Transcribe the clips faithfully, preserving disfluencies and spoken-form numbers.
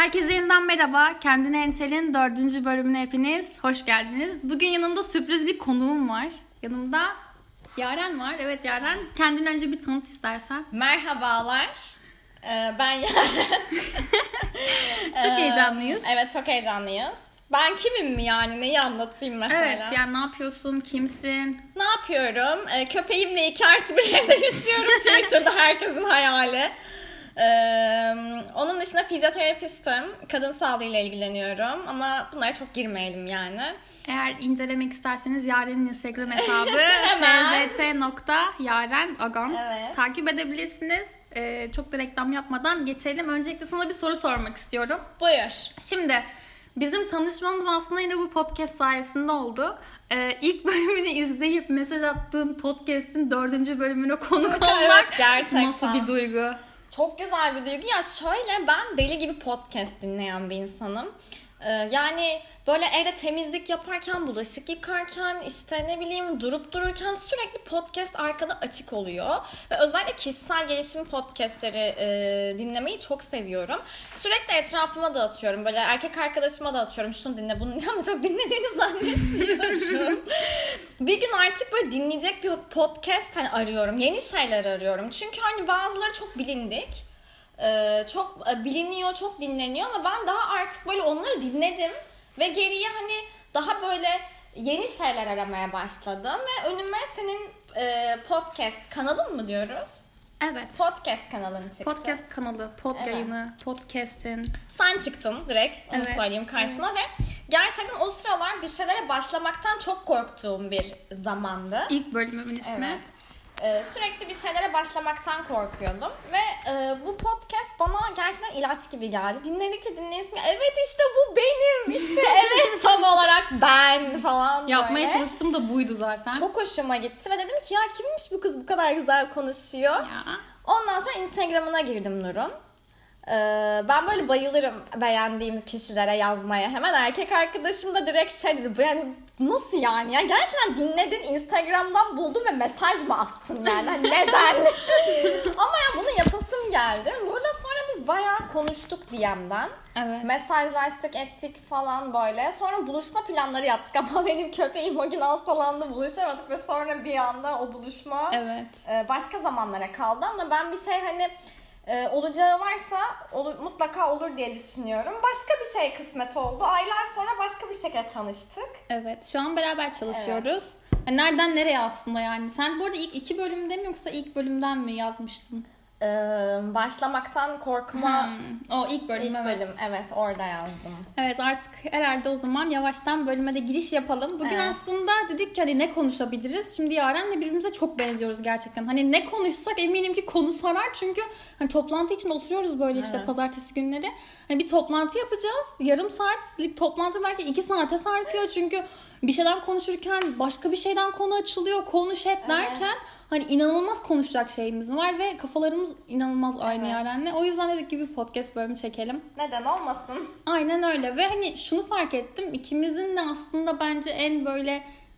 Herkese yeniden merhaba. Kendine Entel'in dördüncü bölümüne hepiniz hoş geldiniz. Bugün yanımda sürpriz bir konuğum var. Yanımda Yaren var. Evet Yaren, kendini önce bir tanıt istersen. Merhabalar. Ee, ben Yaren. Çok heyecanlıyız. Evet, çok heyecanlıyız. Ben kimim mi yani? Neyi anlatayım mesela? Evet, yani ne yapıyorsun? Kimsin? Ne yapıyorum? Ee, köpeğimle iki artı bir evde yaşıyorum. Twitter'da herkesin hayali. Ee, onun dışında fizyoterapistim. Kadın sağlığıyla ilgileniyorum. Ama bunlara çok girmeyelim yani. Eğer incelemek isterseniz Yaren'in Instagram hesabı Hemen. f z t nokta yaren agan Evet. takip edebilirsiniz. Ee, çok da reklam yapmadan geçelim. Öncelikle sana bir soru sormak istiyorum. Buyur. Şimdi bizim tanışmamız aslında yine bu podcast sayesinde oldu. Ee, ilk bölümünü izleyip mesaj attığın podcast'in dördüncü bölümüne konuk olmak Evet, gerçekten. nasıl bir duygu? Çok güzel bir duygu. Ya şöyle, ben deli gibi podcast dinleyen bir insanım. Ee, yani böyle evde temizlik yaparken, bulaşık yıkarken, işte ne bileyim durup dururken sürekli podcast arkada açık oluyor. Ve özellikle kişisel gelişim podcastleri e, dinlemeyi çok seviyorum. Sürekli etrafıma dağıtıyorum. Böyle erkek arkadaşıma dağıtıyorum. Şunu dinle, bunu dinle, ama çok dinlediğini zannetmiyorum. Bir gün artık böyle dinleyecek bir podcast hani arıyorum. Yeni şeyler arıyorum. Çünkü hani bazıları çok bilindik. Ee, çok biliniyor, çok dinleniyor ama ben daha artık böyle onları dinledim ve geriye hani daha böyle yeni şeyler aramaya başladım ve önüme senin e, podcast kanalın mı diyoruz? Evet. Podcast kanalın çıktı. Podcast kanalı, pod Evet. yayını, podcast'in. Sen çıktın direkt, onu Evet. söyleyeyim karşıma evet. Ve gerçekten o sıralar bir şeylere başlamaktan çok korktuğum bir zamandı. İlk bölümümün ismi. Evet. Ee, sürekli bir şeylere başlamaktan korkuyordum ve e, bu podcast bana gerçekten ilaç gibi geldi. Dinledikçe dinleyesim, evet işte bu benim, işte evet tam olarak ben falan Yapmaya böyle. çalıştım da buydu zaten. Çok hoşuma gitti ve dedim ki ya kimmiş bu kız, bu kadar güzel konuşuyor. Ya. Ondan sonra Instagram'ına girdim Nur'un. Ee, ben böyle bayılırım beğendiğim kişilere yazmaya. Hemen erkek arkadaşım da direkt şey dedi, bu yani nasıl yani ya, gerçekten dinledin, Instagram'dan buldun ve mesaj mı attın yani, hani neden? Ama ya bunu yapasım geldi. Nur'la sonra biz bayağı konuştuk D M'den. Evet. Mesajlaştık ettik falan böyle. Sonra buluşma planları yaptık ama benim köpeğim o gün hastalandı, buluşamadık ve sonra bir anda o buluşma Evet. başka zamanlara kaldı. Ama ben bir şey hani Ee, olacağı varsa olur, mutlaka olur diye düşünüyorum. Başka bir şey kısmet oldu. Aylar sonra başka bir şekilde tanıştık. Evet. Şu an beraber çalışıyoruz. Evet. Nereden nereye aslında yani? Sen bu arada ilk iki bölümde mi yoksa ilk bölümden mi yazmıştın? Ee, başlamaktan korkma. Hmm, o ilk bölüm, ilk evet. bölüm evet, orada yazdım. Evet, artık herhalde o zaman yavaştan bölüme de giriş yapalım. Bugün Evet. aslında dedik ki hani ne konuşabiliriz? Şimdi Yaren'le birbirimize çok benziyoruz gerçekten. Hani ne konuşsak eminim ki konu sarar. Çünkü hani toplantı için oturuyoruz böyle işte Evet. pazartesi günleri. Hani bir toplantı yapacağız. Yarım saatlik toplantı belki iki saate sarkıyor. Çünkü bir şeyden konuşurken başka bir şeyden konu açılıyor. Konuş et derken Evet. hani inanılmaz konuşacak şeyimiz var ve kafalarımız inanılmaz aynı Evet. Yaren'le. O yüzden dedik ki bir podcast bölümü çekelim. Neden olmasın? Aynen öyle ve hani şunu fark ettim, ikimizin de aslında bence en böyle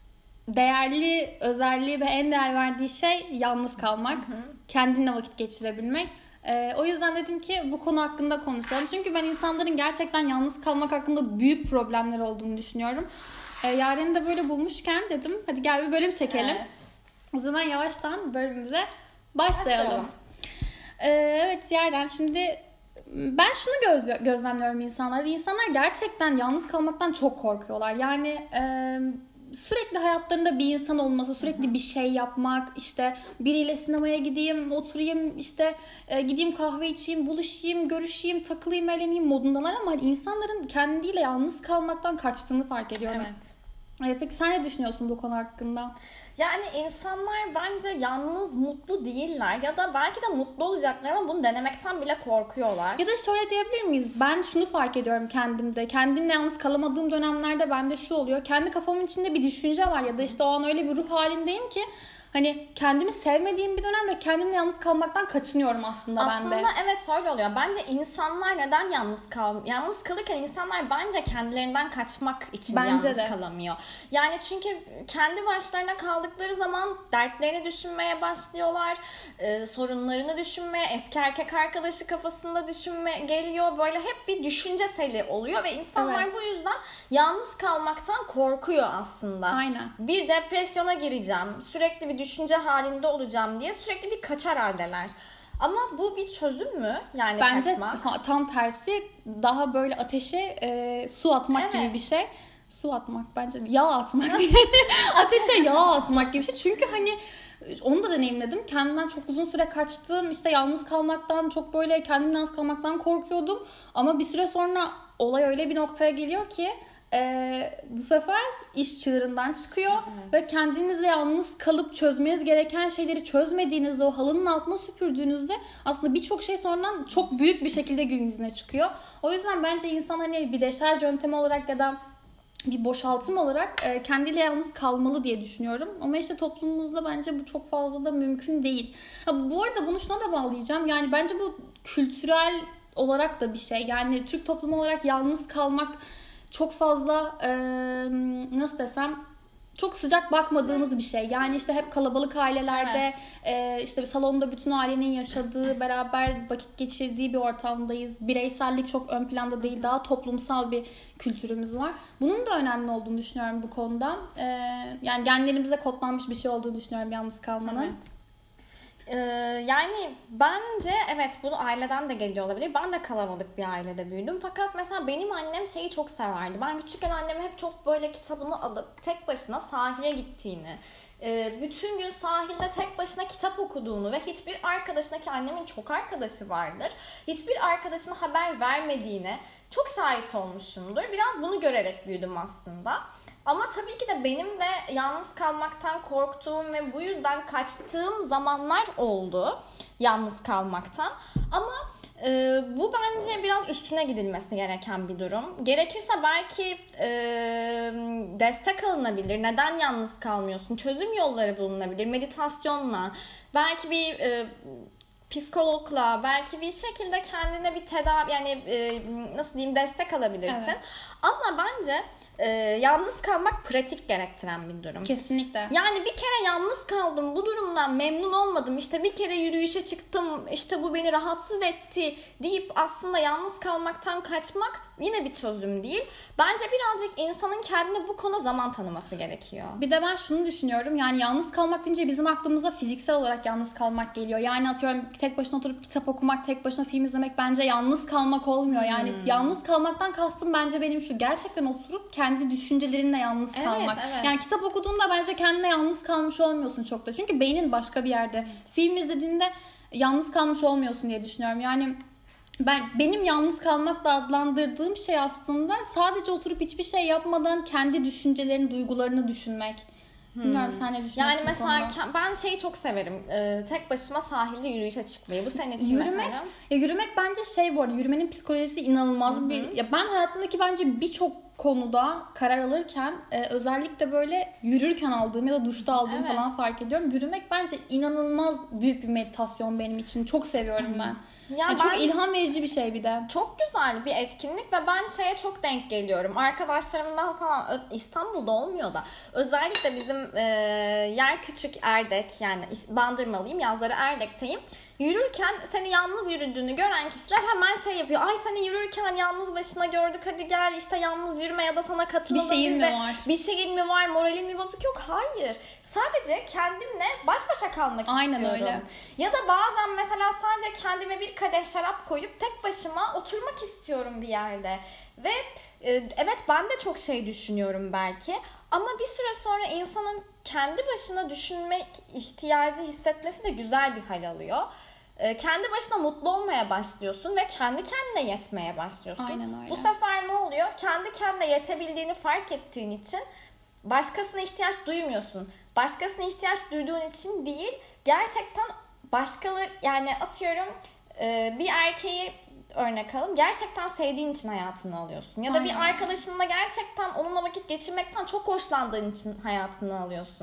değerli özelliği ve en değer verdiği şey yalnız kalmak, hı hı. kendinle vakit geçirebilmek. Ee, o yüzden dedim ki bu konu hakkında konuşalım. Çünkü ben insanların gerçekten yalnız kalmak hakkında büyük problemler olduğunu düşünüyorum. Ee, Yaren'i de böyle bulmuşken dedim hadi gel bir bölüm çekelim. Evet. O zaman yavaştan bölümümüze başlayalım. Başlayalım. Ee, evet Yaren, şimdi ben şunu gözle- gözlemliyorum insanlarda. İnsanlar gerçekten yalnız kalmaktan çok korkuyorlar. Yani e, sürekli hayatlarında bir insan olması, sürekli bir şey yapmak, işte biriyle sinemaya gideyim, oturayım, işte e, gideyim kahve içeyim, buluşayım, görüşeyim, takılayım, eğleneyim modundalar ama insanların kendiyle yalnız kalmaktan kaçtığını fark ediyorum. Evet. E, peki sen ne düşünüyorsun bu konu hakkında? Yani insanlar bence yalnız mutlu değiller ya da belki de mutlu olacaklar ama bunu denemekten bile korkuyorlar. Ya da şöyle diyebilir miyiz? Ben şunu fark ediyorum kendimde. Kendimle yalnız kalamadığım dönemlerde bende şu oluyor. Kendi kafamın içinde bir düşünce var ya da işte o an öyle bir ruh halindeyim ki hani kendimi sevmediğim bir dönem ve kendimle yalnız kalmaktan kaçınıyorum aslında, aslında ben de. Aslında evet öyle oluyor. Bence insanlar neden yalnız kal yalnız kalırken insanlar bence kendilerinden kaçmak için Bence yalnız de. kalamıyor. Yani çünkü kendi başlarına kaldıkları zaman dertlerini düşünmeye başlıyorlar. E, sorunlarını düşünmeye, eski erkek arkadaşı kafasında düşünme geliyor. Böyle hep bir düşünce seli oluyor ve insanlar Evet. bu yüzden yalnız kalmaktan korkuyor aslında. Aynen. Bir depresyona gireceğim, sürekli bir düşünce halinde olacağım diye sürekli bir kaçar haldeler. Ama bu bir çözüm mü? Yani Bence kaçmak. ha- tam tersi, daha böyle ateşe e, su atmak Evet. gibi bir şey. Su atmak bence, yağ atmak değil. Ateşe yağ atmak gibi bir şey. Çünkü hani onu da deneyimledim. Kendimden çok uzun süre kaçtım. İşte yalnız kalmaktan, çok böyle kendimle yalnız kalmaktan korkuyordum. Ama bir süre sonra olay öyle bir noktaya geliyor ki e, bu sefer iş çığırından çıkıyor. Evet. Ve kendinizle yalnız kalıp çözmeniz gereken şeyleri çözmediğinizde, o halının altına süpürdüğünüzde aslında birçok şey sonradan çok büyük bir şekilde gün yüzüne çıkıyor. O yüzden bence insan hani bir deşarj yöntemi olarak ya da bir boşaltım olarak e, kendiyle yalnız kalmalı diye düşünüyorum. Ama işte toplumumuzda bence bu çok fazla da mümkün değil. Ha, bu arada bunu şuna da bağlayacağım. Yani bence bu kültürel olarak da bir şey. Yani Türk toplumu olarak yalnız kalmak çok fazla e, nasıl desem, çok sıcak bakmadığımız bir şey. Yani işte hep kalabalık ailelerde, Evet. e, işte bir salonda bütün ailenin yaşadığı, beraber vakit geçirdiği bir ortamdayız. Bireysellik çok ön planda değil, daha toplumsal bir kültürümüz var. Bunun da önemli olduğunu düşünüyorum bu konuda. E, yani genlerimize kodlanmış bir şey olduğunu düşünüyorum yalnız kalmanın. Evet. Ee, yani bence evet, bunu aileden de geliyor olabilir. Ben de kalabalık bir ailede büyüdüm. Fakat mesela benim annem şeyi çok severdi. Ben küçükken anneme hep çok böyle kitabını alıp tek başına sahile gittiğini, bütün gün sahilde tek başına kitap okuduğunu ve hiçbir arkadaşına, ki annemin çok arkadaşı vardır, hiçbir arkadaşına haber vermediğine çok şahit olmuşumdur. Biraz bunu görerek büyüdüm aslında. Ama tabii ki de benim de yalnız kalmaktan korktuğum ve bu yüzden kaçtığım zamanlar oldu yalnız kalmaktan. Ama e, bu bence biraz üstüne gidilmesi gereken bir durum. Gerekirse belki e, destek alınabilir. Neden yalnız kalmıyorsun? Çözüm yolları bulunabilir. Meditasyonla, belki bir e, psikologla, belki bir şekilde kendine bir tedavi, yani e, nasıl diyeyim, destek alabilirsin. Evet. Ama bence e, yalnız kalmak pratik gerektiren bir durum. Kesinlikle. Yani bir kere yalnız kaldım, bu durumdan memnun olmadım, işte bir kere yürüyüşe çıktım, işte bu beni rahatsız etti deyip aslında yalnız kalmaktan kaçmak yine bir çözüm değil. Bence birazcık insanın kendine bu konuda zaman tanıması gerekiyor. Bir de ben şunu düşünüyorum. Yani yalnız kalmak deyince bizim aklımıza fiziksel olarak yalnız kalmak geliyor. Yani atıyorum tek başına oturup kitap okumak, tek başına film izlemek bence yalnız kalmak olmuyor. Yani hmm. yalnız kalmaktan kastım bence benim şu: gerçekten oturup kendi düşüncelerinle yalnız kalmak. Evet, evet. Yani kitap okuduğunda bence kendine yalnız kalmış olmuyorsun çok da. Çünkü beynin başka bir yerde. Evet. Film izlediğinde yalnız kalmış olmuyorsun diye düşünüyorum. Yani ben benim yalnız kalmakla adlandırdığım şey aslında sadece oturup hiçbir şey yapmadan kendi düşüncelerini, duygularını düşünmek. Bilmiyorum, hmm. sen ne düşünüyorsun? Yani mesela ben şeyi çok severim. Ee, tek başıma sahilde yürüyüşe çıkmayı. Bu senin için yürümek, mesela? Ya yürümek bence şey, bu arada yürümenin psikolojisi inanılmaz. Hı-hı. bir. Ya ben hayatımdaki bence birçok konuda karar alırken e, özellikle böyle yürürken aldığım ya da duşta aldığım evet. falan fark ediyorum. Yürümek bence inanılmaz büyük bir meditasyon benim için. Çok seviyorum ben. Ya yani çok ilham verici bir şey bir de. Çok güzel bir etkinlik ve ben şeye çok denk geliyorum. Arkadaşlarımdan falan, İstanbul'da olmuyor da, özellikle bizim e, yer küçük, Erdek, yani Bandırmalıyım, yazları Erdek'teyim. Yürürken seni yalnız yürüdüğünü gören kişiler hemen şey yapıyor. Ay seni yürürken yalnız başına gördük, hadi gel işte yalnız yürüme ya da sana katılalım. Bir şeyin bizde. mi var? Bir şeyin mi var? Moralin mi bozuk? Yok, hayır. Sadece kendimle baş başa kalmak Aynen istiyorum. Öyle. Ya da bazen mesela sadece kendime bir kadeh şarap koyup tek başıma oturmak istiyorum bir yerde. Ve e, evet, ben de çok şey düşünüyorum belki. Ama bir süre sonra insanın kendi başına düşünmek ihtiyacı hissetmesi de güzel bir hal alıyor. Kendi başına mutlu olmaya başlıyorsun ve kendi kendine yetmeye başlıyorsun. Aynen öyle. Bu sefer ne oluyor? Kendi kendine yetebildiğini fark ettiğin için başkasına ihtiyaç duymuyorsun. Başkasına ihtiyaç duyduğun için değil, gerçekten başkaları, yani atıyorum bir erkeği örnek alalım, gerçekten sevdiğin için hayatını alıyorsun. Ya da Aynen. bir arkadaşınla gerçekten onunla vakit geçirmekten çok hoşlandığın için hayatını alıyorsun.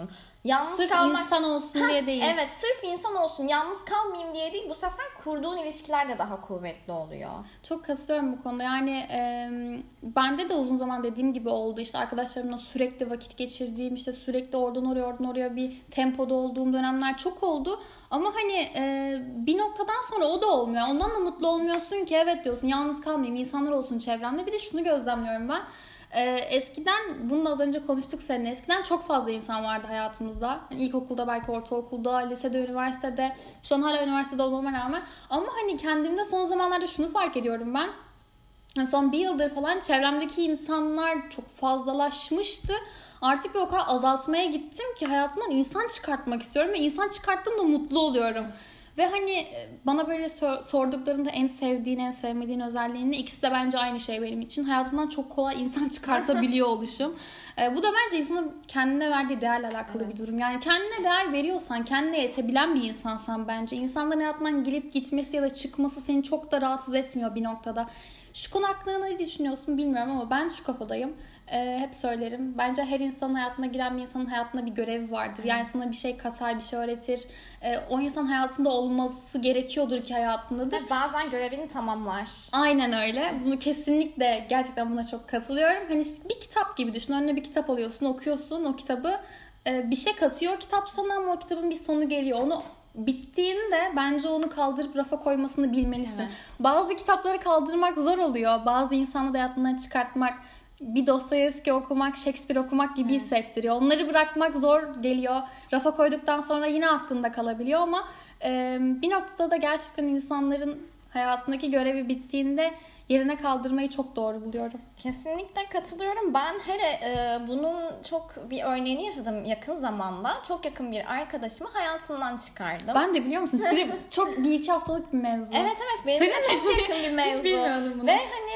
Yalnız Sırf kalmak... insan olsun Ha, diye değil. Evet, sırf insan olsun, yalnız kalmayayım diye değil. Bu sefer kurduğun ilişkiler de daha kuvvetli oluyor. Çok katılıyorum bu konuda. Yani e, bende de uzun zaman dediğim gibi oldu. İşte arkadaşlarımla sürekli vakit geçirdiğim, işte sürekli oradan oraya oradan oraya bir tempoda olduğum dönemler çok oldu. Ama hani e, bir noktadan sonra o da olmuyor. Ondan da mutlu olmuyorsun ki, evet diyorsun yalnız kalmayayım, insanlar olsun çevremde. Bir de şunu gözlemliyorum ben. Ee, eskiden, bunu da az önce konuştuk seninle, eskiden çok fazla insan vardı hayatımızda. Yani ilkokulda, belki ortaokulda, lisede, üniversitede, şu an hala üniversitede olmama rağmen. Ama hani kendimde son zamanlarda şunu fark ediyorum ben. Yani son bir yıldır falan çevremdeki insanlar çok fazlalaşmıştı. Artık bir o kadar azaltmaya gittim ki hayatımdan insan çıkartmak istiyorum ve insan çıkarttığımda mutlu oluyorum. Ve hani bana böyle sorduklarında en sevdiğin, en sevmediğin özelliğini, ikisi de bence aynı şey benim için. Hayatımdan çok kolay insan çıkartabiliyor oluşum. E, bu da bence insanın kendine verdiği değerle alakalı evet. bir durum. Yani kendine değer veriyorsan, kendine yetebilen bir insansan bence, İnsanların hayatından gelip gitmesi ya da çıkması seni çok da rahatsız etmiyor bir noktada. Şu konu hakkında ne düşünüyorsun bilmiyorum ama ben şu kafadayım. Ee, hep söylerim. Bence her insanın hayatına giren bir insanın hayatında bir görevi vardır. Evet. Yani sana bir şey katar, bir şey öğretir. Ee, o insan hayatında olması gerekiyordur ki hayatındadır. Ve bazen görevini tamamlar. Aynen öyle. Bunu kesinlikle, gerçekten buna çok katılıyorum. Hani bir kitap gibi düşün. Önüne bir kitap alıyorsun, okuyorsun. O kitabı e, bir şey katıyor kitap sana ama o kitabın bir sonu geliyor. Onu bittiğinde bence onu kaldırıp rafa koymasını bilmelisin. Evet. Bazı kitapları kaldırmak zor oluyor. Bazı insanları hayatından çıkartmak, bir Dostoyevski okumak, Shakespeare okumak gibi evet. hissettiriyor. Onları bırakmak zor geliyor. Rafa koyduktan sonra yine aklında kalabiliyor ama e, bir noktada da gerçekten insanların hayatındaki görevi bittiğinde yerine kaldırmayı çok doğru buluyorum. Kesinlikle katılıyorum. Ben hele e, bunun çok bir örneğini yaşadım yakın zamanda. Çok yakın bir arkadaşımı hayatımdan çıkardım. Ben de biliyor musun? Bir, çok bir iki haftalık bir mevzu. Evet evet benim de çok yakın bir mevzu. Hiç bilmiyordum bunu. Ve hani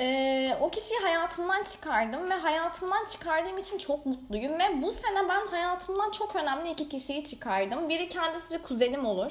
e, o kişiyi hayatımdan çıkardım ve hayatımdan çıkardığım için çok mutluyum. Ve bu sene ben hayatımdan çok önemli iki kişiyi çıkardım. Biri kendisi bir kuzenim olur.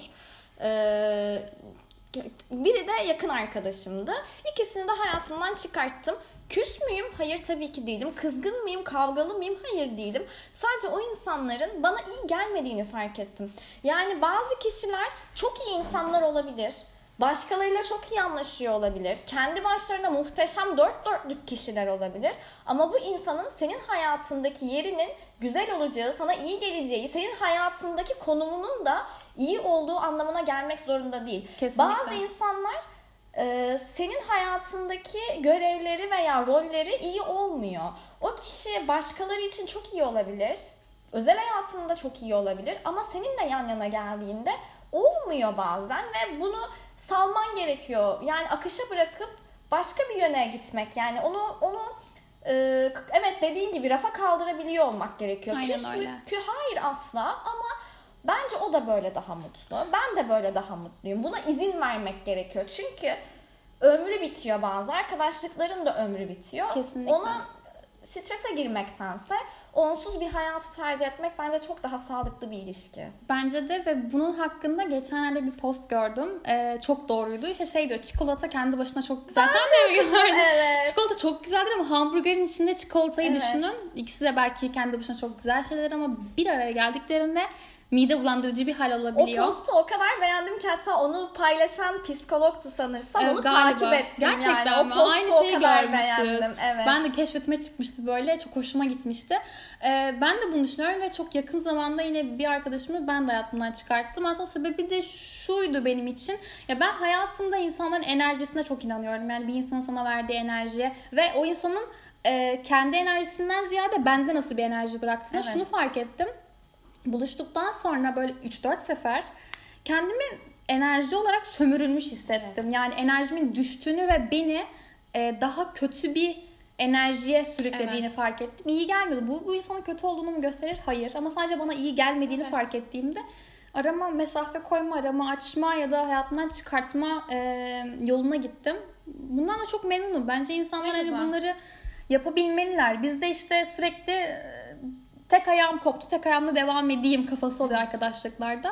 Eee Biri de yakın arkadaşımdı. İkisini de hayatımdan çıkarttım. Küs müyüm? Hayır tabii ki değilim. Kızgın mıyım? Kavgalı mıyım? Hayır değilim. Sadece o insanların bana iyi gelmediğini fark ettim. Yani bazı kişiler çok iyi insanlar olabilir. Başkalarıyla çok iyi anlaşıyor olabilir. Kendi başlarına muhteşem dört dörtlük kişiler olabilir. Ama bu insanın senin hayatındaki yerinin güzel olacağı, sana iyi geleceği, senin hayatındaki konumunun da iyi olduğu anlamına gelmek zorunda değil. Kesinlikle. Bazı insanlar e, senin hayatındaki görevleri veya rolleri iyi olmuyor. O kişi başkaları için çok iyi olabilir. Özel hayatında çok iyi olabilir. Ama seninle yan yana geldiğinde olmuyor bazen ve bunu salman gerekiyor. Yani akışa bırakıp başka bir yöne gitmek. Yani onu onu e, evet dediğin gibi rafa kaldırabiliyor olmak gerekiyor. Aynen öyle. Küslük, hayır asla ama bence o da böyle daha mutlu. Ben de böyle daha mutluyum. Buna izin vermek gerekiyor. Çünkü ömrü bitiyor bazı. Arkadaşlıkların da ömrü bitiyor. Kesinlikle. Ona strese girmektense onsuz bir hayatı tercih etmek bence çok daha sağlıklı bir ilişki. Bence de ve bunun hakkında geçenlerde bir post gördüm. Ee, çok doğruydu. İşte şey diyor, çikolata kendi başına çok güzel. Ben Sen de gördün. Evet. Çikolata çok güzeldir ama hamburgerin içinde çikolatayı Evet. düşünün. İkisi de belki kendi başına çok güzel şeyler ama bir araya geldiklerinde mide bulandırıcı bir hal olabiliyor. O postu o kadar beğendim ki hatta onu paylaşan psikologtu sanırsam. Evet, onu galiba. takip ettim. Gerçekten yani. mi? O postu Aynı o şeyi kadar görmüşüz. beğendim. Evet. Ben de keşfetime çıkmıştı böyle. Çok hoşuma gitmişti. Ee, ben de bunu düşünüyorum ve çok yakın zamanda yine bir arkadaşımı ben de hayatımdan çıkarttım. Aslında sebebi de şuydu benim için. Ya ben hayatımda insanların enerjisine çok inanıyorum. Yani bir insanın sana verdiği enerjiye ve o insanın e, kendi enerjisinden ziyade bende nasıl bir enerji bıraktığını Evet. şunu fark ettim. Buluştuktan sonra böyle üç dört sefer kendimi enerji olarak sömürülmüş hissettim. Evet. Yani enerjimin düştüğünü ve beni e, daha kötü bir enerjiye sürüklediğini evet. fark ettim. İyi gelmiyordu. Bu, bu insana kötü olduğunu mu gösterir? Hayır. Ama sadece bana iyi gelmediğini evet. fark ettiğimde arama, mesafe koyma, arama, açma ya da hayatımdan çıkartma e, yoluna gittim. Bundan da çok memnunum. Bence insanlar hani bunları yapabilmeliler. Biz de işte sürekli tek ayağım koptu, tek ayağımla devam edeyim kafası oluyor arkadaşlıklarda.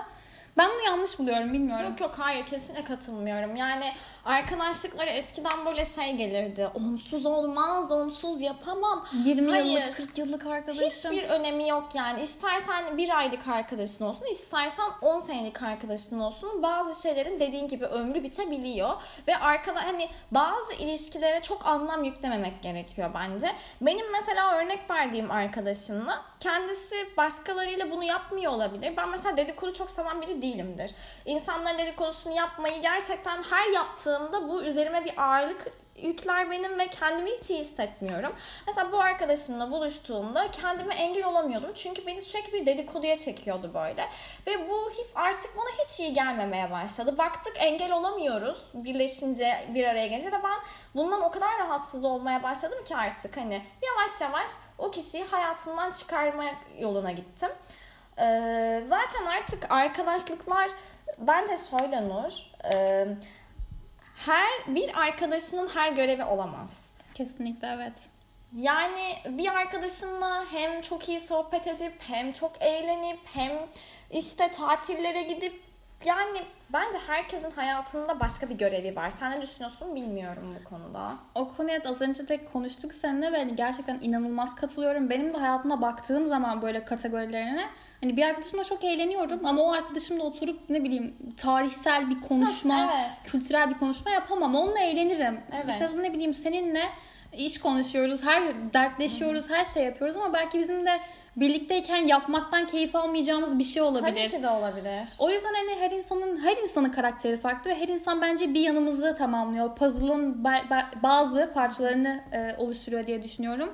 Ben bunu yanlış buluyorum, bilmiyorum. Yok yok, hayır, kesinlikle katılmıyorum. Yani arkadaşlıklara eskiden böyle şey gelirdi. Onsuz olmaz, onsuz yapamam. yirmi Hayır, yıllık, kırk yıllık arkadaşım. hiçbir önemi yok yani. İstersen bir aylık arkadaşın olsun, istersen on senelik arkadaşın olsun. Bazı şeylerin dediğin gibi ömrü bitebiliyor. Ve arkada hani bazı ilişkilere çok anlam yüklememek gerekiyor bence. Benim mesela örnek verdiğim arkadaşımla, kendisi başkalarıyla bunu yapmıyor olabilir. Ben mesela dedikodu çok seven biri değilimdir. İnsanların dedikodusunu yapmayı gerçekten her yaptığımda bu üzerime bir ağırlık yükler benim ve kendimi hiç iyi hissetmiyorum. Mesela bu arkadaşımla buluştuğumda kendime engel olamıyordum. Çünkü beni sürekli bir dedikoduya çekiyordu böyle. Ve bu his artık bana hiç iyi gelmemeye başladı. Baktık engel olamıyoruz birleşince, bir araya gelince, ve ben bundan o kadar rahatsız olmaya başladım ki artık hani yavaş yavaş o kişiyi hayatımdan çıkarma yoluna gittim. Ee, zaten artık arkadaşlıklar bence şöyle Nur, e, her bir arkadaşının her görevi olamaz. Kesinlikle evet. Yani bir arkadaşınla hem çok iyi sohbet edip hem çok eğlenip hem işte tatillere gidip, yani bence herkesin hayatında başka bir görevi var. Sen ne düşünüyorsun bilmiyorum bu konuda. O konuya az önce de konuştuk seninle ve hani gerçekten inanılmaz katılıyorum. Benim de hayatımda baktığım zaman böyle kategorilerine, hani bir arkadaşımla çok eğleniyorum ama o arkadaşımla oturup ne bileyim tarihsel bir konuşma, evet. kültürel bir konuşma yapamam. Onunla eğlenirim. Evet. İşte ne bileyim seninle iş konuşuyoruz, her dertleşiyoruz, Hı-hı. her şey yapıyoruz ama belki bizim de birlikteyken yapmaktan keyif almayacağımız bir şey olabilir. Tabii ki de olabilir. O yüzden hani her insanın her insanın karakteri farklı ve her insan bence bir yanımızı tamamlıyor. Puzzle'ın bazı parçalarını e, oluşturuyor diye düşünüyorum.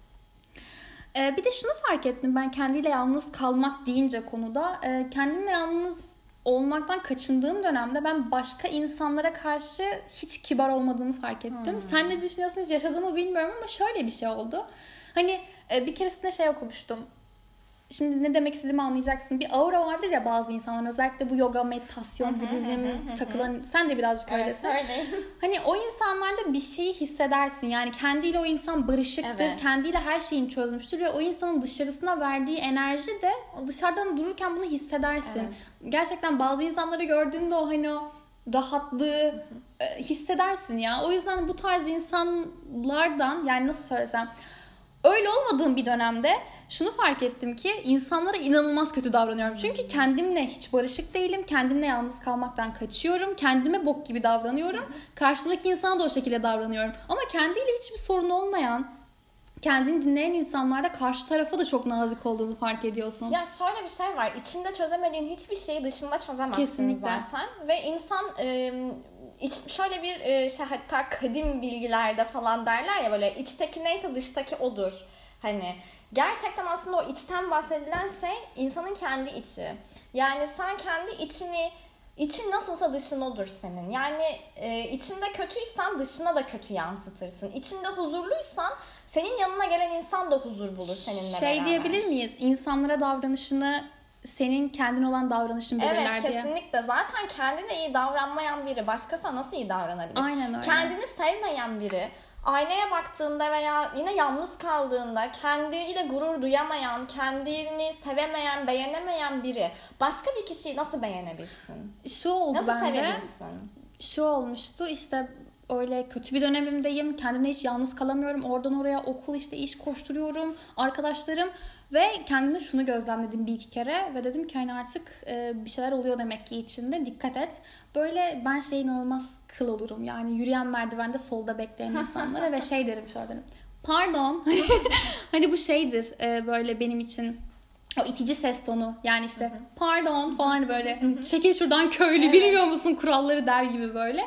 E, bir de şunu fark ettim ben kendiyle yalnız kalmak deyince konuda. E, kendimle yalnız olmaktan kaçındığım dönemde ben başka insanlara karşı hiç kibar olmadığımı fark ettim. Hmm. Sen ne düşünüyorsun, hiç yaşadığımı bilmiyorum ama şöyle bir şey oldu. Hani bir keresinde şey okumuştum. Şimdi ne demek istediğimi anlayacaksın. Bir aura vardır ya bazı insanların, özellikle bu yoga, meditasyon, Budizm takılan, sen de birazcık öylesin. Evet, öyleyim. Hani o insanlarda bir şeyi hissedersin. Yani kendiyle o insan barışıktır, evet. kendiyle her şeyini çözmüştür ve o insanın dışarısına verdiği enerji de dışarıdan dururken bunu hissedersin. Evet. Gerçekten bazı insanları gördüğünde o hani o rahatlığı hissedersin ya. O yüzden bu tarz insanlardan, yani nasıl söylesem, öyle olmadığım bir dönemde şunu fark ettim ki insanlara inanılmaz kötü davranıyorum. Çünkü kendimle hiç barışık değilim. Kendimle yalnız kalmaktan kaçıyorum. Kendime bok gibi davranıyorum. Karşımdaki insana da o şekilde davranıyorum. Ama kendiyle hiçbir sorun olmayan, kendini dinleyen insanlarda karşı tarafa da çok nazik olduğunu fark ediyorsun. Ya şöyle bir şey var. İçinde çözemediğin hiçbir şeyi dışında çözemezsin. Kesinlikle. Zaten. Ve insan... E, İç, şöyle bir şey, hatta kadim bilgilerde falan derler ya, böyle içteki neyse dıştaki odur. Hani gerçekten aslında o içten bahsedilen şey insanın kendi içi. Yani sen kendi içini, için nasılsa dışın odur senin. Yani e, içinde kötüysen dışına da kötü yansıtırsın. İçinde huzurluysan senin yanına gelen insan da huzur bulur seninle şey beraber. Şey diyebilir miyiz? İnsanlara davranışını senin kendin olan davranışın belirler evet, diye. Evet, kesinlikle. Zaten kendine iyi davranmayan biri başkasına nasıl iyi davranabilir? Aynen öyle. Kendini sevmeyen biri aynaya baktığında veya yine yalnız kaldığında kendiyle gurur duyamayan, kendini sevemeyen, beğenemeyen biri başka bir kişiyi nasıl beğenebilsin? Şu oldu nasıl bende. Nasıl sevebilsin? Şu olmuştu işte, öyle kötü bir dönemimdeyim. Kendimle hiç yalnız kalamıyorum. Oradan oraya okul, işte iş koşturuyorum. Arkadaşlarım. Ve kendime şunu gözlemledim bir iki kere. Ve dedim ki hani artık e, bir şeyler oluyor demek ki içinde. Dikkat et. Böyle ben şey inanılmaz kıl olurum. Yani yürüyen merdivende solda bekleyen insanlara ve şey derim şöyle derim. Pardon. Hani bu şeydir e, böyle benim için. O itici ses tonu. Yani işte pardon falan böyle. Hani, çekil şuradan köylü, evet. Bilmiyor musun kuralları der gibi böyle.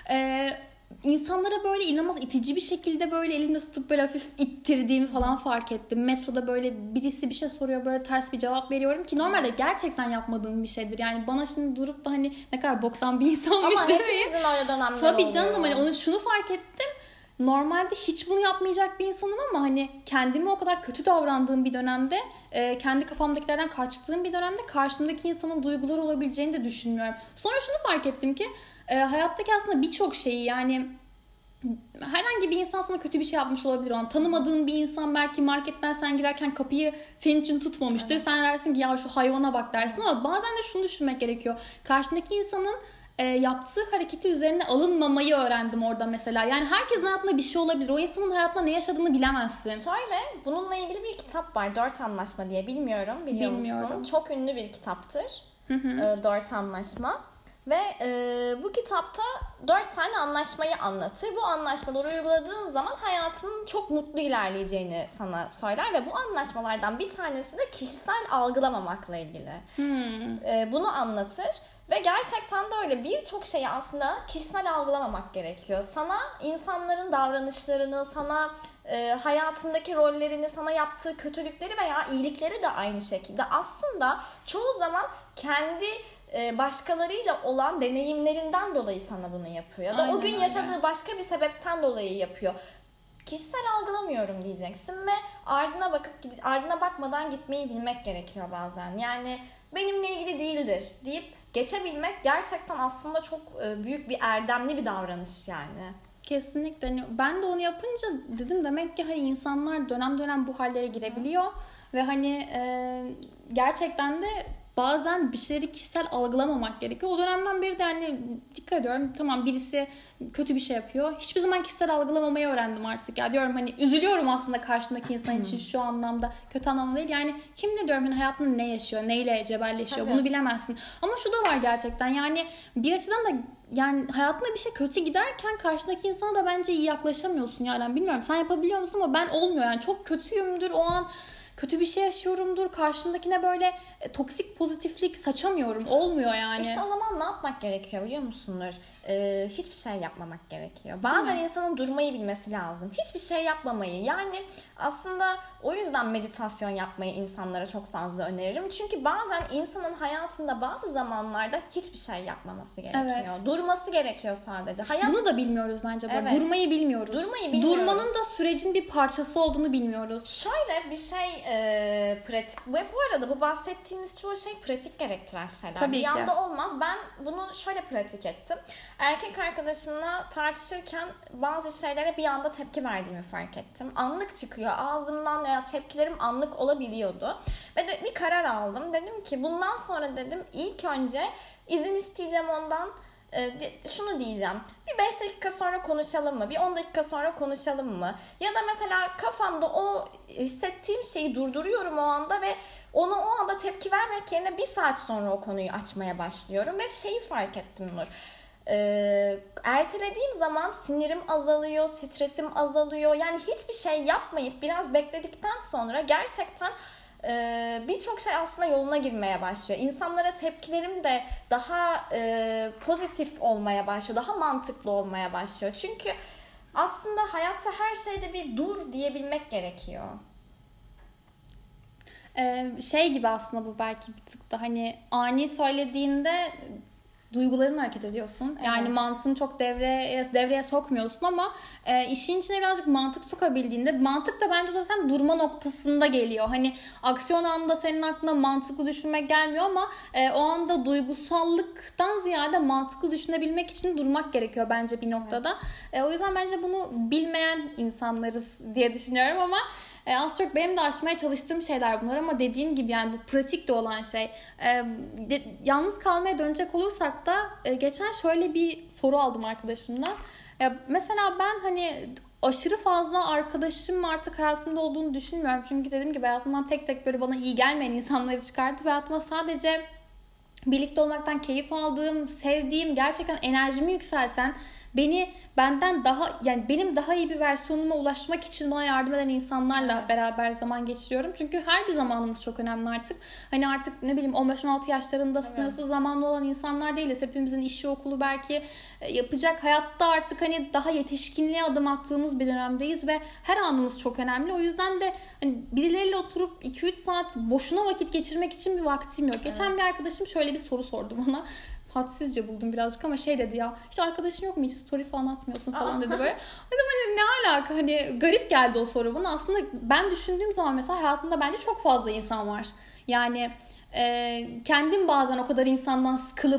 Eee İnsanlara böyle inanılmaz itici bir şekilde böyle elimle tutup böyle hafif ittirdiğimi falan fark ettim. Metroda böyle birisi bir şey soruyor, böyle ters bir cevap veriyorum ki normalde gerçekten yapmadığım bir şeydir. Yani bana şimdi durup da hani ne kadar boktan bir insanmış ama demeyin. hepimizin öyle dönemleri Tabii oluyor. canım, hani onu şunu fark ettim. Normalde hiç bunu yapmayacak bir insanım ama hani kendime o kadar kötü davrandığım bir dönemde, e, kendi kafamdakilerden kaçtığım bir dönemde karşımdaki insanın duyguları olabileceğini de düşünmüyorum. Sonra şunu fark ettim ki e, hayattaki aslında birçok şeyi, yani herhangi bir insan sana kötü bir şey yapmış olabilir. O an tanımadığın bir insan belki marketten sen girerken kapıyı senin için tutmamıştır. Evet. Sen dersin ki ya şu hayvana bak dersin, evet. Ama bazen de şunu düşünmek gerekiyor. Karşındaki insanın e, yaptığı hareketi üzerine alınmamayı öğrendim orada mesela. Yani herkesin hayatında bir şey olabilir. O insanın hayatında ne yaşadığını bilemezsin. Şöyle, bununla ilgili bir kitap var. Dört Anlaşma diye. Bilmiyorum. Biliyor Bilmiyorum. musun? Çok ünlü bir kitaptır. Hı hı. E, Dört Anlaşma. Ve e, bu kitapta dört tane anlaşmayı anlatır. Bu anlaşmaları uyguladığın zaman hayatının çok mutlu ilerleyeceğini sana söyler. Ve bu anlaşmalardan bir tanesi de kişisel algılamamakla ilgili. Hmm. E, bunu anlatır. Ve gerçekten de öyle, birçok şeyi aslında kişisel algılamamak gerekiyor. Sana insanların davranışlarını, sana e, hayatındaki rollerini, sana yaptığı kötülükleri veya iyilikleri de aynı şekilde aslında çoğu zaman kendi başkalarıyla olan deneyimlerinden dolayı sana bunu yapıyor. Ya da aynen, o gün yaşadığı aynen. başka bir sebepten dolayı yapıyor. Kişisel algılamıyorum diyeceksin ve ardına bakıp ardına bakmadan gitmeyi bilmek gerekiyor bazen. Yani benimle ilgili değildir deyip geçebilmek gerçekten aslında çok büyük bir erdemli bir davranış yani. Kesinlikle. Ben de onu yapınca dedim demek ki hani insanlar dönem dönem bu hallere girebiliyor ve hani e, gerçekten de bazen bir şeyleri kişisel algılamamak gerekiyor. O dönemden beri de hani dikkat ediyorum. Tamam, birisi kötü bir şey yapıyor. Hiçbir zaman kişisel algılamamayı öğrendim artık. Ya diyorum hani üzülüyorum aslında karşımdaki insan için şu anlamda. Kötü anlamda değil. Yani kim ne diyorum hani hayatında ne yaşıyor, neyle cebelleşiyor, tabii. Bunu bilemezsin. Ama şu da var gerçekten. Yani bir açıdan da yani hayatında bir şey kötü giderken karşındaki insana da bence iyi yaklaşamıyorsun. Yani bilmiyorum sen yapabiliyor musun ama ben olmuyor. Yani çok kötüyümdür o an. Kötü bir şey yaşıyorumdur. Karşımdakine böyle e, toksik pozitiflik saçamıyorum. Olmuyor yani. İşte o zaman ne yapmak gerekiyor biliyor musundur? Ee, hiçbir şey yapmamak gerekiyor. Bazen insanın durmayı bilmesi lazım. Hiçbir şey yapmamayı. Yani aslında o yüzden meditasyon yapmayı insanlara çok fazla öneririm. Çünkü bazen insanın hayatında bazı zamanlarda hiçbir şey yapmaması gerekiyor. Evet. Durması gerekiyor sadece. Hayat... Bunu da bilmiyoruz bence. Evet. Durmayı bilmiyoruz. Durmayı bilmiyoruz. Durmanın da sürecin bir parçası olduğunu bilmiyoruz. Şöyle bir şey e, pratik. Ve bu arada bu bahsettiğimiz çoğu şey pratik gerektiren şeyler. Tabii bir ki. anda olmaz. Ben bunu şöyle pratik ettim. Erkek arkadaşımla tartışırken bazı şeylere bir anda tepki verdiğimi fark ettim. Anlık çıkıyor. Ağzımdan veya tepkilerim anlık olabiliyordu. Ve de bir karar aldım. Dedim ki bundan sonra dedim ilk önce izin isteyeceğim ondan. Şunu diyeceğim. Bir beş dakika sonra konuşalım mı? Bir on dakika sonra konuşalım mı? Ya da mesela kafamda o hissettiğim şeyi durduruyorum o anda ve ona o anda tepki vermek yerine bir saat sonra o konuyu açmaya başlıyorum. Ve şeyi fark ettim Nur. Ee, ertelediğim zaman sinirim azalıyor, stresim azalıyor. Yani hiçbir şey yapmayıp biraz bekledikten sonra gerçekten Ee, birçok şey aslında yoluna girmeye başlıyor. İnsanlara tepkilerim de daha e, pozitif olmaya başlıyor. Daha mantıklı olmaya başlıyor. Çünkü aslında hayatta her şeyde bir dur diyebilmek gerekiyor. Ee, şey gibi aslında bu belki bir tık da hani ani söylediğinde duygularınla hareket ediyorsun. Evet. Yani mantığını çok devreye devreye sokmuyorsun ama e, işin içine birazcık mantık sokabildiğinde, mantık da bence zaten durma noktasında geliyor. Hani aksiyon anında senin aklına mantıklı düşünmek gelmiyor ama e, o anda duygusallıktan ziyade mantıklı düşünebilmek için durmak gerekiyor bence bir noktada. Evet. E, o yüzden bence bunu bilmeyen insanlarız diye düşünüyorum ama E, az çok benim de aşmaya çalıştığım şeyler bunlar ama dediğim gibi yani bu pratik de olan şey. E, de, yalnız kalmaya dönecek olursak da e, geçen şöyle bir soru aldım arkadaşımdan. E, mesela ben hani aşırı fazla arkadaşım artık hayatımda olduğunu düşünmüyorum. Çünkü dediğim gibi hayatımdan tek tek böyle bana iyi gelmeyen insanları çıkartıp hayatıma sadece birlikte olmaktan keyif aldığım, sevdiğim, gerçekten enerjimi yükselten, beni benden daha yani benim daha iyi bir versiyonuma ulaşmak için bana yardım eden insanlarla evet. beraber zaman geçiriyorum. Çünkü her bir zamanımız çok önemli artık. Hani artık ne bileyim on beş on altı yaşlarında evet. sınırsız zamanlı olan insanlar değiliz. Hepimizin işi, okulu belki yapacak, hayatta artık hani daha yetişkinliğe adım attığımız bir dönemdeyiz ve her anımız çok önemli. O yüzden de hani birileriyle oturup iki üç saat boşuna vakit geçirmek için bir vaktim yok. Geçen evet. bir arkadaşım şöyle bir soru sordu bana. Hadsizce buldum birazcık ama şey dedi ya, hiç arkadaşın yok mu, hiç story falan atmıyorsun falan dedi böyle. Dedim hani ne alaka, hani garip geldi o soru bana. Aslında ben düşündüğüm zaman mesela hayatımda bence çok fazla insan var. Yani e, kendim bazen o kadar insandan sıkılıp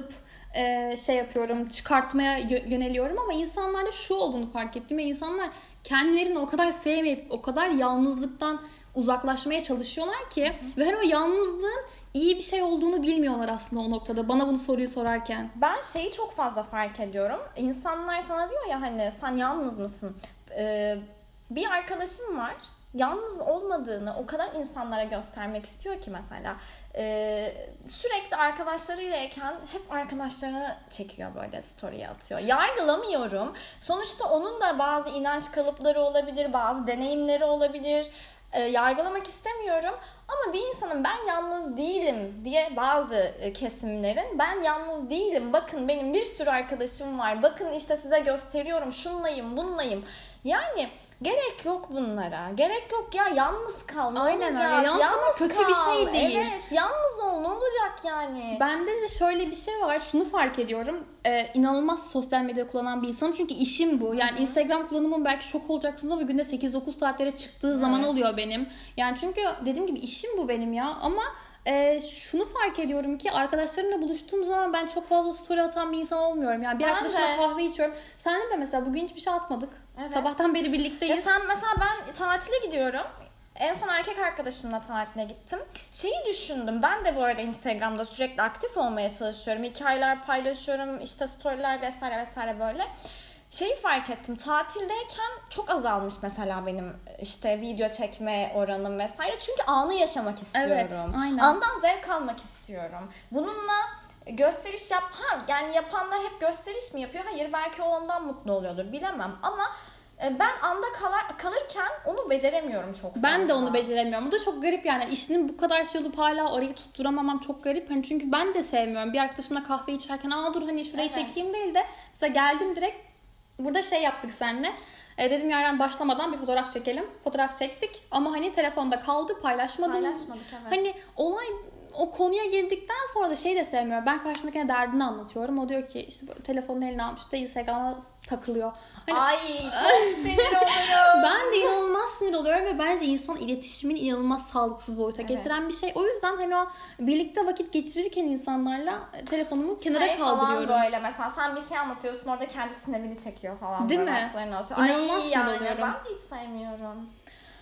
e, şey yapıyorum, çıkartmaya yöneliyorum ama insanlarda şu olduğunu fark ettim ve insanlar kendilerini o kadar sevmeyip o kadar yalnızlıktan uzaklaşmaya çalışıyorlar ki ve hani o yalnızlığın iyi bir şey olduğunu bilmiyorlar aslında o noktada. Bana bunu soruyu sorarken. Ben şeyi çok fazla fark ediyorum. İnsanlar sana diyor ya hani sen yalnız mısın? Ee, bir arkadaşım var. Yalnız olmadığını o kadar insanlara göstermek istiyor ki mesela. Ee, sürekli arkadaşlarıylayken hep arkadaşlarını çekiyor, böyle story'e atıyor. Yargılamıyorum. Sonuçta onun da bazı inanç kalıpları olabilir, bazı deneyimleri olabilir. E, yargılamak istemiyorum ama bir insanın ben yalnız değilim diye bazı kesimlerin ben yalnız değilim, bakın benim bir sürü arkadaşım var, bakın işte size gösteriyorum, şunlayım bunlayım, yani gerek yok bunlara, gerek yok ya, yalnız kal, ne Aynen olacak, öyle. Yalnız yalnız kötü kal. bir şey değil. Evet, yalnız ol, ne olacak yani. Bende de şöyle bir şey var, şunu fark ediyorum, ee, inanılmaz sosyal medya kullanan bir insanım çünkü işim bu. Yani Hı-hı. Instagram kullanımım belki şok olacaksınız ama günde sekiz dokuz saatlere çıktığı evet. zaman oluyor benim. Yani çünkü dediğim gibi işim bu benim ya, ama e, şunu fark ediyorum ki arkadaşlarımla buluştuğum zaman ben çok fazla story atan bir insan olmuyorum. Yani bir ben arkadaşımla de. kahve içiyorum. Seninle de mesela bugün hiçbir şey atmadık. Evet. Sabahtan beri birlikteyiz. Ya sen mesela, ben tatile gidiyorum. En son erkek arkadaşımla tatiline gittim. Şeyi düşündüm. Ben de bu arada Instagram'da sürekli aktif olmaya çalışıyorum. Hikayeler paylaşıyorum. İşte storyler vesaire vesaire böyle. Şeyi fark ettim. Tatildeyken çok azalmış mesela benim işte video çekme oranım vesaire. Çünkü anı yaşamak istiyorum. Evet, aynen. Andan zevk almak istiyorum. Bununla gösteriş yap... Ha, yani yapanlar hep gösteriş mi yapıyor? Hayır, belki o ondan mutlu oluyordur. Bilemem ama ben anda kalar, kalırken onu beceremiyorum çok fazla. Ben de onu beceremiyorum. Bu da çok garip yani. İşinin bu kadar şey olup hala orayı tutturamamam çok garip. Hani çünkü ben de sevmiyorum. Bir arkadaşımla kahve içerken aa dur hani şurayı evet. çekeyim değil de mesela geldim direkt burada şey yaptık seninle. E, dedim yerden başlamadan bir fotoğraf çekelim. Fotoğraf çektik ama hani telefonda kaldı, paylaşmadım. Paylaşmadık evet. Hani olay o konuya girdikten sonra da şey de sevmiyorum. Ben karşımdakine derdini anlatıyorum. O diyor ki işte telefonun eline almış da Instagram'a takılıyor. Hani, ay çok sinir oluyorum. Ben de inanılmaz sinir oluyorum ve bence insan iletişimini inanılmaz sağlıksız boyuta evet. getiren bir şey. O yüzden hani o birlikte vakit geçirirken insanlarla telefonumu kenara şey kaldırıyorum. Falan böyle mesela sen bir şey anlatıyorsun, orada kendi sinemini çekiyor falan. Değil böyle mi? Atıyor. İnanılmaz ay yani oluyorum. Ben de hiç sevmiyorum.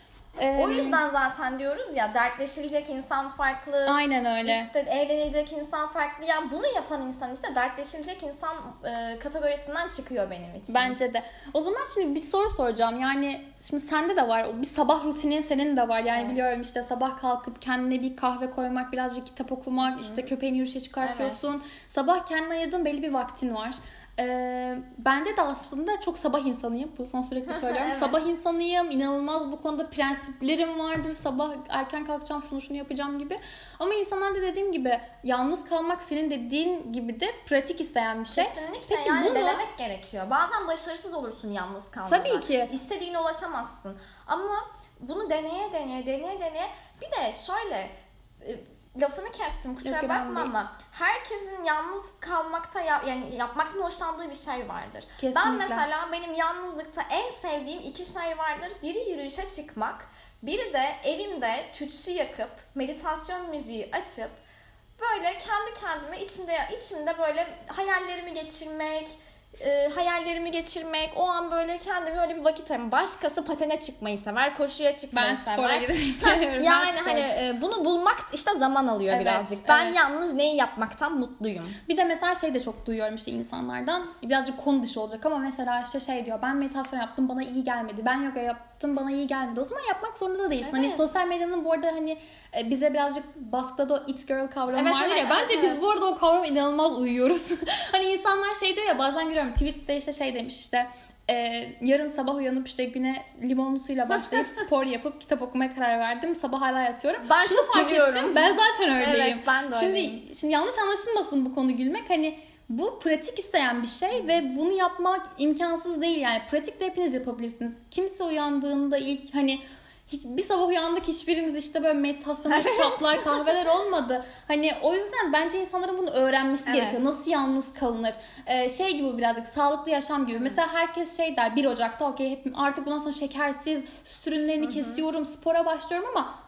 Ee, o yüzden zaten diyoruz ya, dertleşilecek insan farklı. Aynen öyle. İşte eğlenilecek insan farklı. Yani bunu yapan insan işte dertleşilecek insan e, kategorisinden çıkıyor benim için. Bence de. O zaman şimdi bir soru soracağım. Yani şimdi sende de var. Bir sabah rutinin senin de var. Yani evet. biliyorum işte sabah kalkıp kendine bir kahve koymak, birazcık kitap okumak, Hı-hı. işte köpeğini yürüyüşe çıkartıyorsun. Evet. Sabah kendine ayırdığın belli bir vaktin var. Ee, bende de aslında çok sabah insanıyım. Bunu sana sürekli söylüyorum. evet. Sabah insanıyım. İnanılmaz bu konuda prensiplerim vardır. Sabah erken kalkacağım, şunu şunu yapacağım gibi. Ama insanlar da dediğim gibi yalnız kalmak senin dediğin gibi de pratik isteyen bir şey. Kesinlikle. Peki, yani bunu denemek gerekiyor. Bazen başarısız olursun yalnız kalmada. Tabii ki. İstediğine ulaşamazsın. Ama bunu deneye deneye deneye deneye bir de şöyle... Lafını kestim, kusura Yok, bakma ama herkesin yalnız kalmakta ya, yani yapmaktan hoşlandığı bir şey vardır. Kesinlikle. Ben mesela benim yalnızlıkta en sevdiğim iki şey vardır. Biri yürüyüşe çıkmak, biri de evimde tütsü yakıp meditasyon müziği açıp böyle kendi kendime içimde içimde böyle hayallerimi geçirmek, E, hayallerimi geçirmek, o an böyle kendime öyle bir vakit ayırmak. Başkası patene çıkmayı sever, koşuya çıkmayı ben sever. Ben spora gidiyorum. Yani hani e, bunu bulmak işte zaman alıyor evet, birazcık. Ben evet. yalnız neyi yapmaktan mutluyum. Bir de mesela şey de çok duyuyorum işte insanlardan. Birazcık konu dışı olacak ama mesela işte şey diyor. Ben meditasyon yaptım, bana iyi gelmedi. Ben yoga yaptım, bana iyi gelmedi. O zaman yapmak zorunda da değilsin. Evet. Hani sosyal medyanın bu arada hani bize birazcık baskıladı o it girl kavramı evet, var evet, ya. evet, Bence evet. biz bu arada o kavrama inanılmaz uyuyoruz. Hani insanlar şey diyor ya, bazen görüyorum tweette işte şey demiş işte e, yarın sabah uyanıp işte güne limonlu suyla başlayıp spor yapıp kitap okumaya karar verdim. Sabah hala yatıyorum. Ben Şunu çok fark gülüyorum. ettim. Ben zaten öyleyim. Evet, ben de öyleyim. Şimdi, şimdi yanlış anlaşılmasın bu konu gülmek. Hani bu pratik isteyen bir şey ve bunu yapmak imkansız değil yani. Pratik de hepiniz yapabilirsiniz. Kimse uyandığında ilk hani hiç, bir sabah uyandık hiçbirimiz işte böyle meditasyon, evet. kitaplar, kahveler olmadı. Hani o yüzden bence insanların bunu öğrenmesi evet. gerekiyor. Nasıl yalnız kalınır? Ee, şey gibi birazcık sağlıklı yaşam gibi. Hı. Mesela herkes şey der bir Ocak'ta okey artık bundan sonra şekersiz süt ürünlerini Hı-hı. kesiyorum, spora başlıyorum ama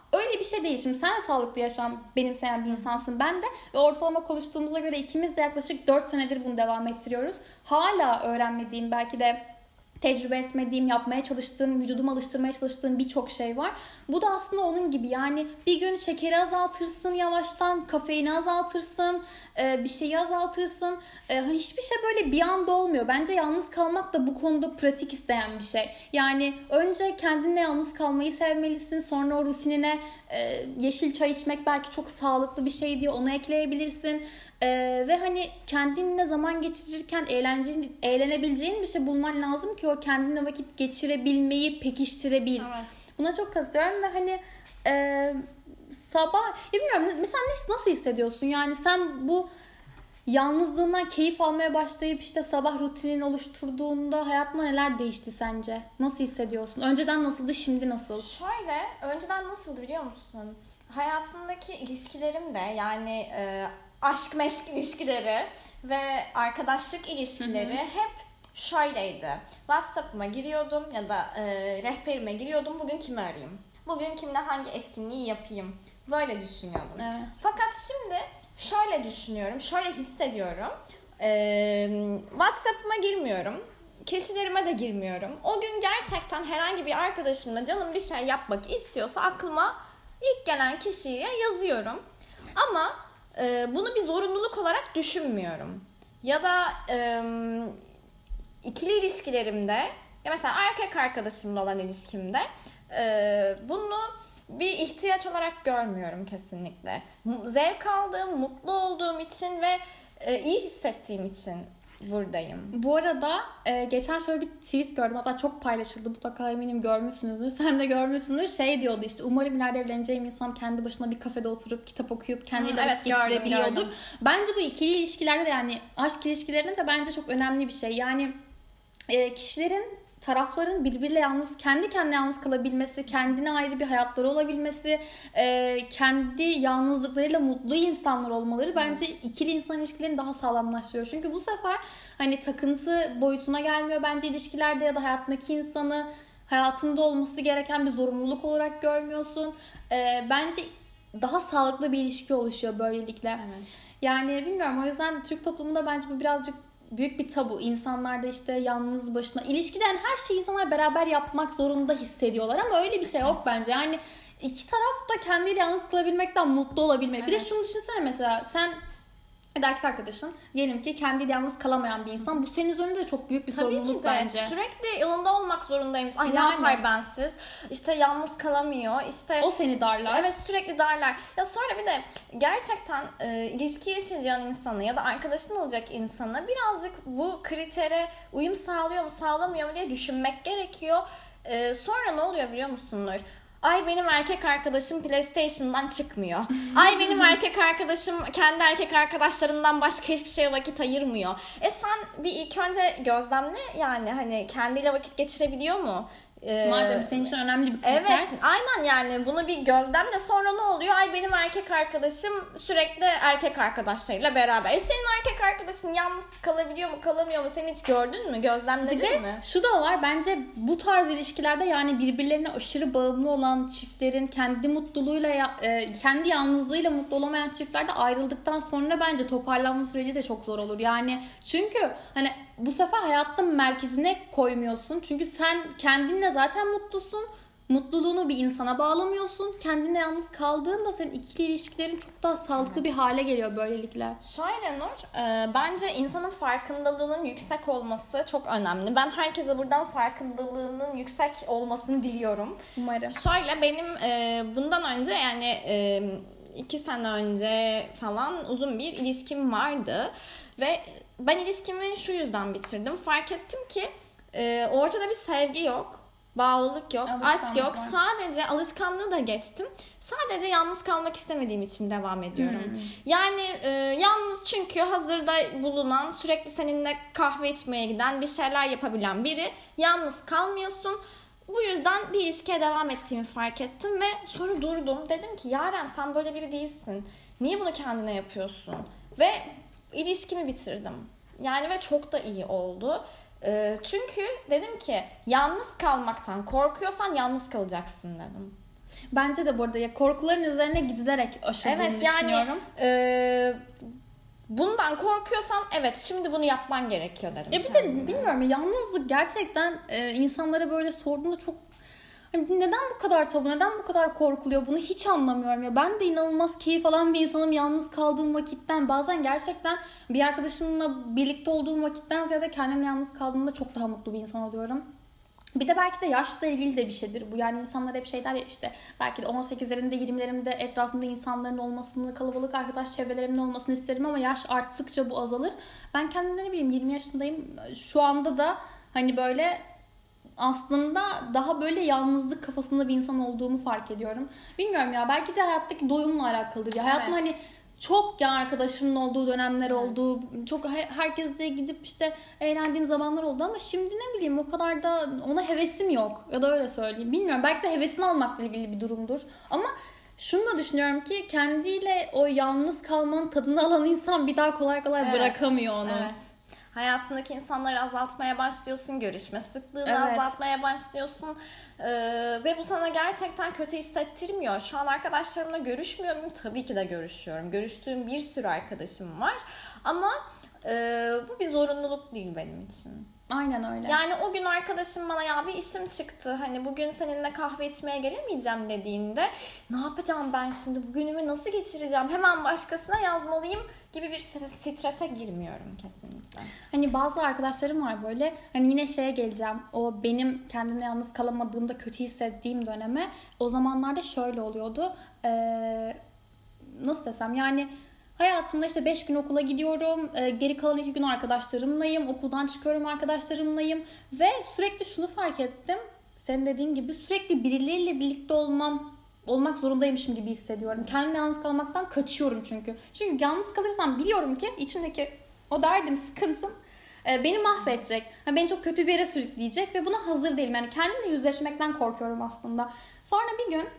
öyle bir şey değil. Şimdi sen de sağlıklı yaşam benimseyen bir insansın, ben de. Ve ortalama konuştuğumuza göre ikimiz de yaklaşık dört senedir bunu devam ettiriyoruz. Hala öğrenmediğim, belki de tecrübe etmediğim, yapmaya çalıştığım, vücudumu alıştırmaya çalıştığım birçok şey var. Bu da aslında onun gibi. Yani bir gün şekeri azaltırsın yavaştan, kafeini azaltırsın, bir şeyi azaltırsın. Hani hiçbir şey böyle bir anda olmuyor. Bence yalnız kalmak da bu konuda pratik isteyen bir şey. Yani önce kendinle yalnız kalmayı sevmelisin. Sonra o rutinine yeşil çay içmek belki çok sağlıklı bir şey diye onu ekleyebilirsin. Ee, ve hani kendinle zaman geçirirken eğlenceli, eğlenebileceğin bir şey bulman lazım ki o kendine vakit geçirebilmeyi pekiştirebil. Evet. Buna çok katılıyorum ve hani e, sabah ya bilmiyorum, mesela nasıl hissediyorsun? Yani sen bu yalnızlığından keyif almaya başlayıp işte sabah rutinini oluşturduğunda hayatında neler değişti sence? Nasıl hissediyorsun? Önceden nasıldı, şimdi nasıl? Şöyle, önceden nasıldı biliyor musun? Hayatımdaki ilişkilerim de yani e, aşk meşk ilişkileri ve arkadaşlık ilişkileri hı hı. hep şöyleydi. WhatsApp'ıma giriyordum ya da e, rehberime giriyordum. Bugün kimi arayayım? Bugün kimle hangi etkinliği yapayım? Böyle düşünüyordum. Evet. Fakat şimdi şöyle düşünüyorum, şöyle hissediyorum. E, WhatsApp'ıma girmiyorum. Kişilerime de girmiyorum. O gün gerçekten herhangi bir arkadaşımla canım bir şey yapmak istiyorsa aklıma ilk gelen kişiye yazıyorum. Ama e, bunu bir zorunluluk olarak düşünmüyorum. Ya da e, ikili ilişkilerimde, ya mesela erkek arkadaşımla olan ilişkimde e, bunu bir ihtiyaç olarak görmüyorum kesinlikle. Zevk aldığım, mutlu olduğum için ve e, iyi hissettiğim için buradayım. Bu arada e, geçen şöyle bir tweet gördüm. Hatta çok paylaşıldı. Mutlaka eminim görmüşsünüzdür. Sen de görmüşsündür. Şey diyordu işte, umarım ileride evleneceğim insan kendi başına bir kafede oturup kitap okuyup kendiyle evet, vakit geçirebiliyordur. Gördüm. Bence bu ikili ilişkilerde de, yani aşk ilişkilerinde de bence çok önemli bir şey. Yani e, kişilerin, tarafların birbiriyle yalnız, kendi kendine yalnız kalabilmesi, kendine ayrı bir hayatları olabilmesi, e, kendi yalnızlıklarıyla mutlu insanlar olmaları bence ikili insan ilişkilerini daha sağlamlaştırıyor. Çünkü bu sefer hani takıntı boyutuna gelmiyor bence ilişkilerde, ya da hayatındaki insanı hayatında olması gereken bir zorunluluk olarak görmüyorsun. E, bence daha sağlıklı bir ilişki oluşuyor böylelikle. Evet. Yani bilmiyorum, o yüzden Türk toplumunda bence bu birazcık büyük bir tabu. İnsanlar da işte yalnız başına ilişkide, yani her şeyi insanlar beraber yapmak zorunda hissediyorlar ama öyle bir şey yok bence. Yani iki taraf da kendiyle yalnız kalabilmekten mutlu olabilmek. Evet. Bir de şunu düşünsene, mesela sen ya da erkek arkadaşın diyelim ki kendiyle yalnız kalamayan bir insan. Bu senin üzerinde de çok büyük bir Tabii sorumluluk ki de. bence. Sürekli yanında olmak zorundayım. Ay yani. ne yapar bensiz? İşte yalnız kalamıyor. İşte o seni darlar. Evet, sürekli darlar. Ya sonra bir de gerçekten e, ilişki yaşayacağın insana ya da arkadaşın olacak insana birazcık bu kritere uyum sağlıyor mu sağlamıyor mu diye düşünmek gerekiyor. E, sonra ne oluyor biliyor musun Nur? Ay benim erkek arkadaşım PlayStation'dan çıkmıyor. Ay benim erkek arkadaşım kendi erkek arkadaşlarından başka hiçbir şeye vakit ayırmıyor. E sen bir ilk önce gözlemle, yani hani kendiyle vakit geçirebiliyor mu? Ee, Madem senin için önemli bir kriter. Evet, aynen, yani bunu bir gözlemle, sonra ne oluyor? Ay benim erkek arkadaşım sürekli erkek arkadaşlarıyla beraber. E senin erkek arkadaşın yalnız kalabiliyor mu kalamıyor mu? Sen hiç gördün mü? Gözlemledin bir de mi? Şu da var bence, bu tarz ilişkilerde yani birbirlerine aşırı bağımlı olan çiftlerin kendi mutluluğuyla, kendi yalnızlığıyla mutlu olamayan çiftlerde ayrıldıktan sonra bence toparlanma süreci de çok zor olur. Yani çünkü hani bu sefer hayatın merkezine koymuyorsun. Çünkü sen kendinle zaten mutlusun. Mutluluğunu bir insana bağlamıyorsun. Kendine yalnız kaldığında senin ikili ilişkilerin çok daha sağlıklı evet. bir hale geliyor böylelikle. Şöyle Nur, e, bence insanın farkındalığının yüksek olması çok önemli. Ben herkese buradan farkındalığının yüksek olmasını diliyorum. Umarım. Şöyle benim e, bundan önce yani e, iki sene önce falan uzun bir ilişkim vardı. Ve ben ilişkimi şu yüzden bitirdim. Fark ettim ki e, ortada bir sevgi yok. Bağlılık yok, aşk yok. Var. Sadece alışkanlığı da geçtim. Sadece yalnız kalmak istemediğim için devam ediyorum. Hmm. Yani e, yalnız çünkü hazırda bulunan, sürekli seninle kahve içmeye giden, bir şeyler yapabilen biri. Yalnız kalmıyorsun. Bu yüzden bir ilişkiye devam ettiğimi fark ettim ve sonra durdum. Dedim ki Yaren, sen böyle biri değilsin. Niye bunu kendine yapıyorsun? Ve ilişkimi bitirdim. Yani ve çok da iyi oldu. Çünkü dedim ki yalnız kalmaktan korkuyorsan yalnız kalacaksın dedim. Bence de burada ya korkuların üzerine gidilerek aşıldığını evet, yani, düşünüyorum. E, bundan korkuyorsan evet şimdi bunu yapman gerekiyor dedim. Ya bir kendime. de bilmiyorum yalnızlık gerçekten e, insanlara böyle sorduğunda çok hani neden bu kadar tabu, neden bu kadar korkuluyor bunu hiç anlamıyorum ya. Ben de inanılmaz keyif alan bir insanım yalnız kaldığım vakitten. Bazen gerçekten bir arkadaşımla birlikte olduğum vakitten ziyade kendimle yalnız kaldığımda çok daha mutlu bir insan oluyorum. Bir de belki de yaşla ilgili de bir şeydir bu. Yani insanlar hep şey der ya işte belki de on sekizlerinde yirmilerimde etrafımda insanların olmasını, kalabalık arkadaş çevrelerimin olmasını isterim ama yaş arttıkça bu azalır. Ben kendimden ne bileyim yirmi yaşındayım. Şu anda da hani böyle aslında daha böyle yalnızlık kafasında bir insan olduğumu fark ediyorum. Bilmiyorum ya belki de hayattaki doyumla alakalıdır. Ya hayatım evet. hani çok ya arkadaşımın olduğu dönemler evet. oldu. Çok herkesle gidip işte eğlendiğim zamanlar oldu ama şimdi ne bileyim o kadar da ona hevesim yok. Ya da öyle söyleyeyim. Bilmiyorum belki de hevesini almakla ilgili bir durumdur. Ama şunu da düşünüyorum ki kendiyle o yalnız kalmanın tadını alan insan bir daha kolay kolay evet. bırakamıyor onu. Evet. Hayatındaki insanları azaltmaya başlıyorsun, görüşme sıklığını evet. azaltmaya başlıyorsun ee, ve bu sana gerçekten kötü hissettirmiyor. Şu an arkadaşlarımla görüşmüyor muyum? Tabii ki de görüşüyorum. Görüştüğüm bir sürü arkadaşım var ama e, bu bir zorunluluk değil benim için. Aynen öyle. Yani o gün arkadaşım bana ya bir işim çıktı hani bugün seninle kahve içmeye gelemeyeceğim dediğinde ne yapacağım ben şimdi bugünümü nasıl geçireceğim hemen başkasına yazmalıyım gibi bir strese girmiyorum kesinlikle. Hani bazı arkadaşlarım var böyle hani yine şeye geleceğim o benim kendimle yalnız kalamadığımda kötü hissettiğim döneme o zamanlarda şöyle oluyordu ee, nasıl desem yani hayatımda işte beş gün okula gidiyorum, geri kalan iki gün arkadaşlarımlayım, okuldan çıkıyorum arkadaşlarımlayım ve sürekli şunu fark ettim. Senin dediğin gibi sürekli birileriyle birlikte olmam, olmak zorundaymışım gibi hissediyorum. Kendimle yalnız kalmaktan kaçıyorum çünkü. Çünkü yalnız kalırsam biliyorum ki içimdeki o derdim, sıkıntım beni mahvedecek. Beni çok kötü bir yere sürükleyecek ve buna hazır değilim. Yani kendimle yüzleşmekten korkuyorum aslında. Sonra bir gün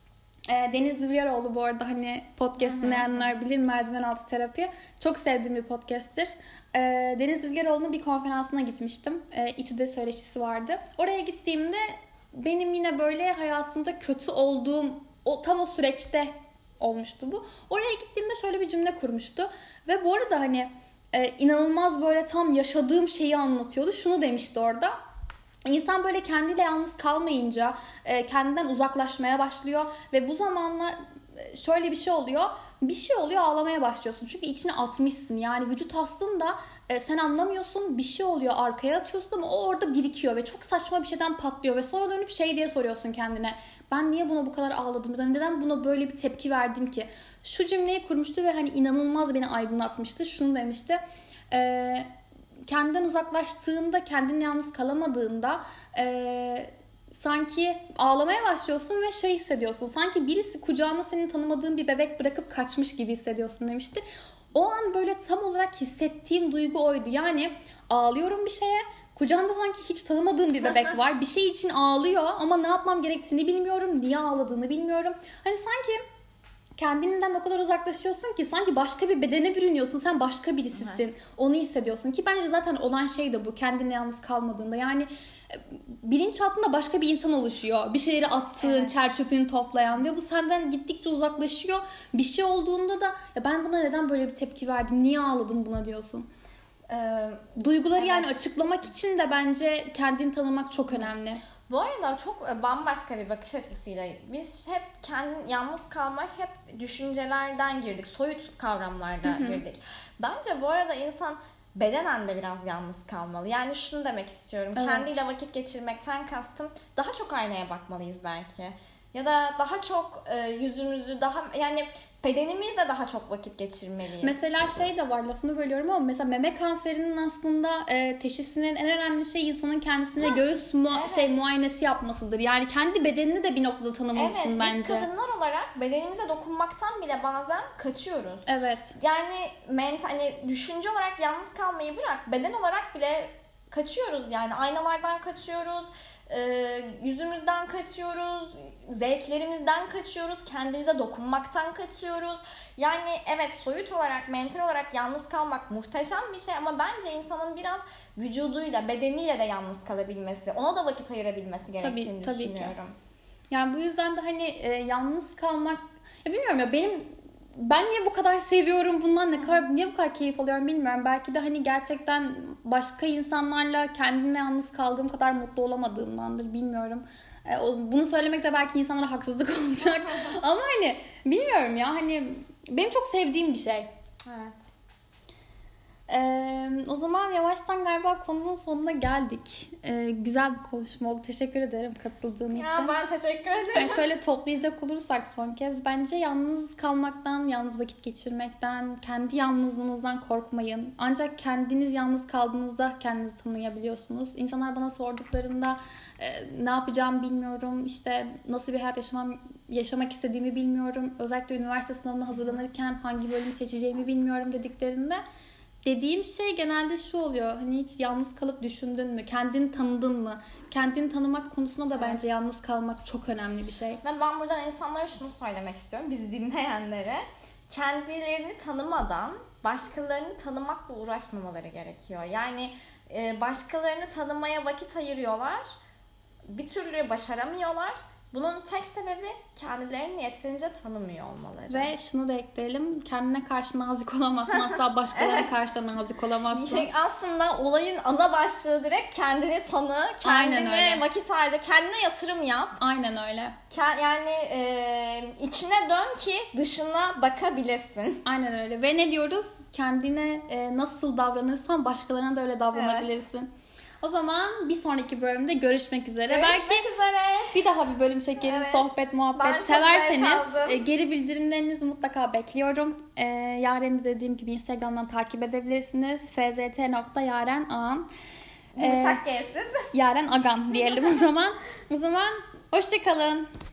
Deniz Zülyaroğlu bu arada hani podcast dinleyenler bilir Merdiven Altı Terapi. Çok sevdiğim bir podcast'tir. Deniz Zülyaroğlu'nun bir konferansına gitmiştim. İTÜ'de söyleşisi vardı. Oraya gittiğimde benim yine böyle hayatımda kötü olduğum o tam o süreçte olmuştu bu. Oraya gittiğimde şöyle bir cümle kurmuştu. Ve bu arada hani inanılmaz böyle tam yaşadığım şeyi anlatıyordu. Şunu demişti orada. İnsan böyle kendiyle yalnız kalmayınca kendinden uzaklaşmaya başlıyor ve bu zamanla şöyle bir şey oluyor. Bir şey oluyor ağlamaya başlıyorsun. Çünkü içine atmışsın. Yani vücut aslında sen anlamıyorsun. Bir şey oluyor arkaya atıyorsun ama o orada birikiyor ve çok saçma bir şeyden patlıyor ve sonra dönüp şey diye soruyorsun kendine. Ben niye buna bu kadar ağladım? Neden buna böyle bir tepki verdim ki? Şu cümleyi kurmuştu ve hani inanılmaz beni aydınlatmıştı. Şunu demişti. Eee kendinden uzaklaştığında, kendin yalnız kalamadığında e, sanki ağlamaya başlıyorsun ve şey hissediyorsun. Sanki birisi kucağına senin tanımadığın bir bebek bırakıp kaçmış gibi hissediyorsun demişti. O an böyle tam olarak hissettiğim duygu oydu. Yani ağlıyorum bir şeye, kucağımda sanki hiç tanımadığım bir bebek var. Bir şey için ağlıyor ama ne yapmam gerektiğini bilmiyorum. Niye ağladığını bilmiyorum. Hani sanki kendinden o kadar uzaklaşıyorsun ki sanki başka bir bedene bürünüyorsun. Sen başka birisisin. Evet. Onu hissediyorsun ki bence zaten olan şey de bu. Kendine yalnız kalmadığında. Yani bilinçaltında başka bir insan oluşuyor. Bir şeyleri attığın, evet. çer çöpünü toplayan ve bu senden gittikçe uzaklaşıyor. Bir şey olduğunda da ya ben buna neden böyle bir tepki verdim? Niye ağladım buna diyorsun. Ee, Duyguları evet. yani açıklamak için de bence kendini tanımak çok önemli. Bu arada çok bambaşka bir bakış açısıyla biz hep kendi yalnız kalmak hep düşüncelerden girdik. Soyut kavramlarda hı hı. girdik. Bence bu arada insan bedenen de biraz yalnız kalmalı. Yani şunu demek istiyorum. Evet. Kendiyle vakit geçirmekten kastım daha çok aynaya bakmalıyız belki. Ya da daha çok e, yüzümüzü daha yani bedenimizle daha çok vakit geçirmeliyiz. Mesela şey de var lafını bölüyorum ama mesela meme kanserinin aslında e, teşhisinin en önemli şey insanın kendisine ha, göğüs mu- evet. şey muayenesi yapmasıdır. Yani kendi bedenini de bir noktada tanımalısın evet, bence. Evet biz kadınlar olarak bedenimize dokunmaktan bile bazen kaçıyoruz. Evet. Yani mental hani düşünce olarak yalnız kalmayı bırak beden olarak bile kaçıyoruz yani aynalardan kaçıyoruz. E, yüzümüzden kaçıyoruz, zevklerimizden kaçıyoruz, kendimize dokunmaktan kaçıyoruz. Yani evet soyut olarak, mental olarak yalnız kalmak muhteşem bir şey ama bence insanın biraz vücuduyla, bedeniyle de yalnız kalabilmesi, ona da vakit ayırabilmesi gerektiğini tabii, düşünüyorum. Tabii ki. Yani bu yüzden de hani e, yalnız kalmak, ya bilmiyorum ya, benim ben niye bu kadar seviyorum, bundan ne kadar niye bu kadar keyif alıyorum bilmiyorum. Belki de hani gerçekten başka insanlarla kendimle yalnız kaldığım kadar mutlu olamadığımdandır, bilmiyorum. E, bunu söylemek de belki insanlara haksızlık olacak. Ama hani bilmiyorum ya, hani benim çok sevdiğim bir şey. Evet. Ee, o zaman yavaştan galiba konunun sonuna geldik. Ee, güzel bir konuşma oldu. Teşekkür ederim katıldığın Ya için. ben teşekkür ederim. Yani şöyle toplayacak olursak son kez, bence yalnız kalmaktan, yalnız vakit geçirmekten, kendi yalnızlığınızdan korkmayın. Ancak kendiniz yalnız kaldığınızda kendinizi tanıyabiliyorsunuz. İnsanlar bana sorduklarında e, ne yapacağımı bilmiyorum, işte nasıl bir hayat yaşamam, yaşamak istediğimi bilmiyorum, özellikle üniversite sınavına hazırlanırken hangi bölümü seçeceğimi bilmiyorum dediklerinde, dediğim şey genelde şu oluyor: hani hiç yalnız kalıp düşündün mü? Kendini tanıdın mı? Kendini tanımak konusunda da Evet. bence yalnız kalmak çok önemli bir şey. Ve ben buradan insanlara şunu söylemek istiyorum, bizi dinleyenlere. Kendilerini tanımadan başkalarını tanımakla uğraşmamaları gerekiyor. Yani başkalarını tanımaya vakit ayırıyorlar, bir türlü başaramıyorlar. Bunun tek sebebi kendilerini yeterince tanımıyor olmaları. Ve şunu da ekleyelim: kendine karşı nazik olamazsın, asla başkalarına evet. karşı da nazik olamazsın. Şey, aslında olayın ana başlığı direkt kendini tanı, kendine vakit harca, kendine yatırım yap. Aynen öyle. Yani e, içine dön ki dışına bakabilesin. Aynen öyle. Ve ne diyoruz? Kendine e, nasıl davranırsan başkalarına da öyle davranabilirsin. Evet. O zaman bir sonraki bölümde görüşmek üzere. Görüşmek Belki üzere. Bir daha bir bölüm çekeriz. Evet. Sohbet, muhabbet ben severseniz e, geri bildirimlerinizi mutlaka bekliyorum. E, Yaren'i dediğim gibi Instagram'dan takip edebilirsiniz. f z t nokta yaren ağan. Yumuşak G'siz. Yaren Agan diyelim o zaman. O zaman hoşçakalın.